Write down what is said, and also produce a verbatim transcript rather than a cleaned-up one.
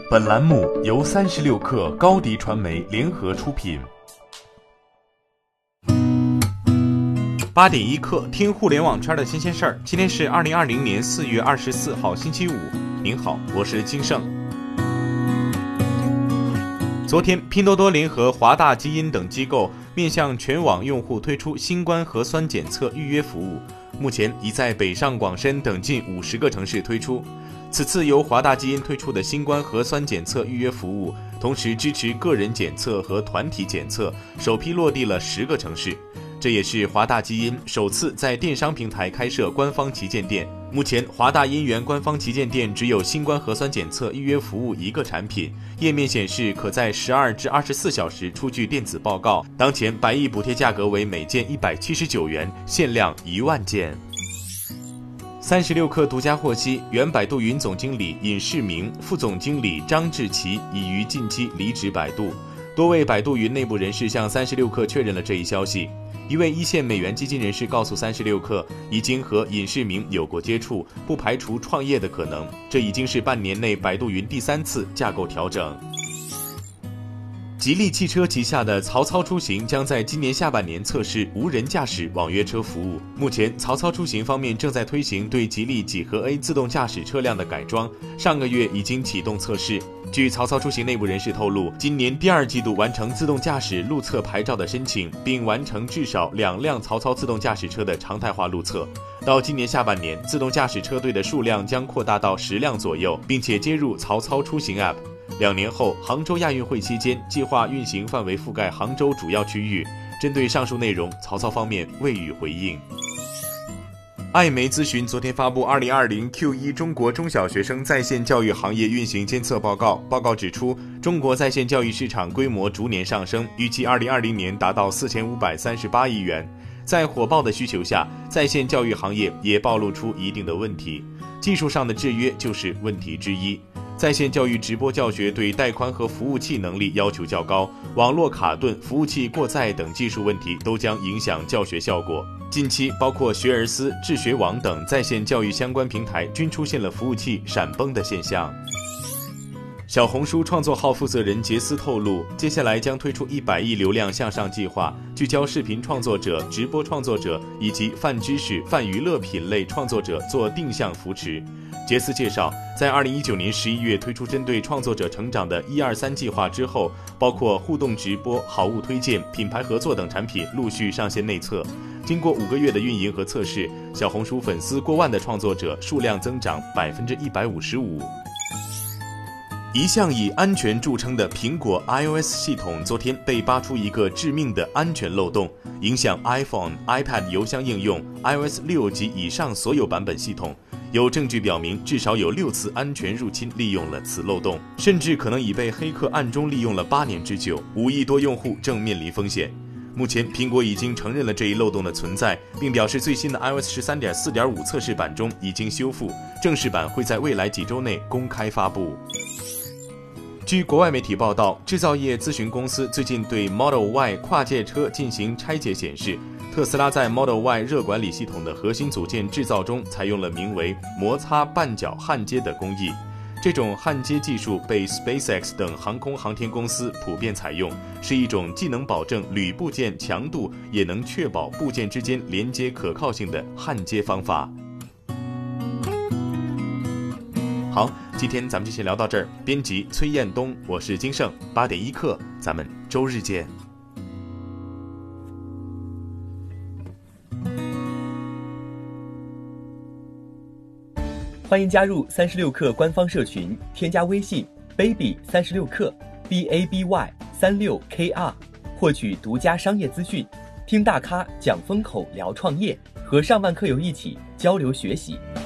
本栏目由三十六氪高迪传媒联合出品。 八点一刻，听互联网圈的新鲜事儿。今天是二零二零年四月二十四号，星期五。您好，我是金盛。昨天，拼多多联合华大基因等机构面向全网用户推出新冠核酸检测预约服务，目前已在北上广深等近五十个城市推出。此次由华大基因推出的新冠核酸检测预约服务，同时支持个人检测和团体检测，首批落地了十个城市。这也是华大基因首次在电商平台开设官方旗舰店。目前，华大因缘官方旗舰店只有新冠核酸检测预约服务一个产品，页面显示可在十二至二十四小时出具电子报告。当前百亿补贴价格为每件一百七十九元，限量一万件。三十六氪独家获悉，原百度云总经理尹世明、副总经理张志奇已于近期离职百度。多位百度云内部人士向三十六氪确认了这一消息。一位一线美元基金人士告诉三十六氪，已经和尹世明有过接触，不排除创业的可能。这已经是半年内百度云第三次架构调整。吉利汽车旗下的曹操出行将在今年下半年测试无人驾驶网约车服务。目前，曹操出行方面正在推行对吉利几何 A 自动驾驶车辆的改装，上个月已经启动测试。据曹操出行内部人士透露，今年第二季度完成自动驾驶路测牌照的申请，并完成至少两辆曹操自动驾驶车的常态化路测。到今年下半年，自动驾驶车队的数量将扩大到十辆左右，并且接入曹操出行 App。两年后，杭州亚运会期间计划运行范围覆盖杭州主要区域。针对上述内容，曹操方面未予回应。艾媒咨询昨天发布二零二零 Q 一 中国中小学生在线教育行业运行监测报告。报告指出，中国在线教育市场规模逐年上升，预计二零二零年达到四千五百三十八亿元。在火爆的需求下，在线教育行业也暴露出一定的问题，技术上的制约就是问题之一。在线教育直播教学对带宽和服务器能力要求较高，网络卡顿、服务器过载等技术问题都将影响教学效果。近期，包括学而思、智学网等在线教育相关平台均出现了服务器闪崩的现象。小红书创作号负责人杰斯透露，接下来将推出一百亿流量向上计划，聚焦视频创作者、直播创作者以及泛知识、泛娱乐品类创作者做定向扶持。杰斯介绍，在二零一九年十一月推出针对创作者成长的一二三计划之后，包括互动直播、好物推荐、品牌合作等产品陆续上线内测。经过五个月的运营和测试，小红书粉丝过万的创作者数量增长百分之一百五十五。一向以安全著称的苹果 iOS 系统昨天被扒出一个致命的安全漏洞，影响 iPhone、iPad 邮箱应用、iOS 六及以上所有版本系统。有证据表明，至少有六次安全入侵利用了此漏洞，甚至可能已被黑客暗中利用了八年之久，五亿多用户正面临风险。目前，苹果已经承认了这一漏洞的存在，并表示最新的 iOS 十三点四点五 测试版中已经修复，正式版会在未来几周内公开发布。据国外媒体报道，制造业咨询公司最近对 Model Y 跨界车进行拆解显示，特斯拉在 Model Y 热管理系统的核心组件制造中采用了名为摩擦半角焊接的工艺。这种焊接技术被 SpaceX 等航空航天公司普遍采用，是一种既能保证铝部件强度，也能确保部件之间连接可靠性的焊接方法。好，今天咱们就先聊到这儿。编辑崔彦东，我是金盛，八点一刻，咱们周日见。 欢迎加入三十六氪官方社群，添加微信 baby 三十六氪 b a b y 三六 k r， 获取独家商业资讯，听大咖讲风口，聊创业，和上万客友一起交流学习。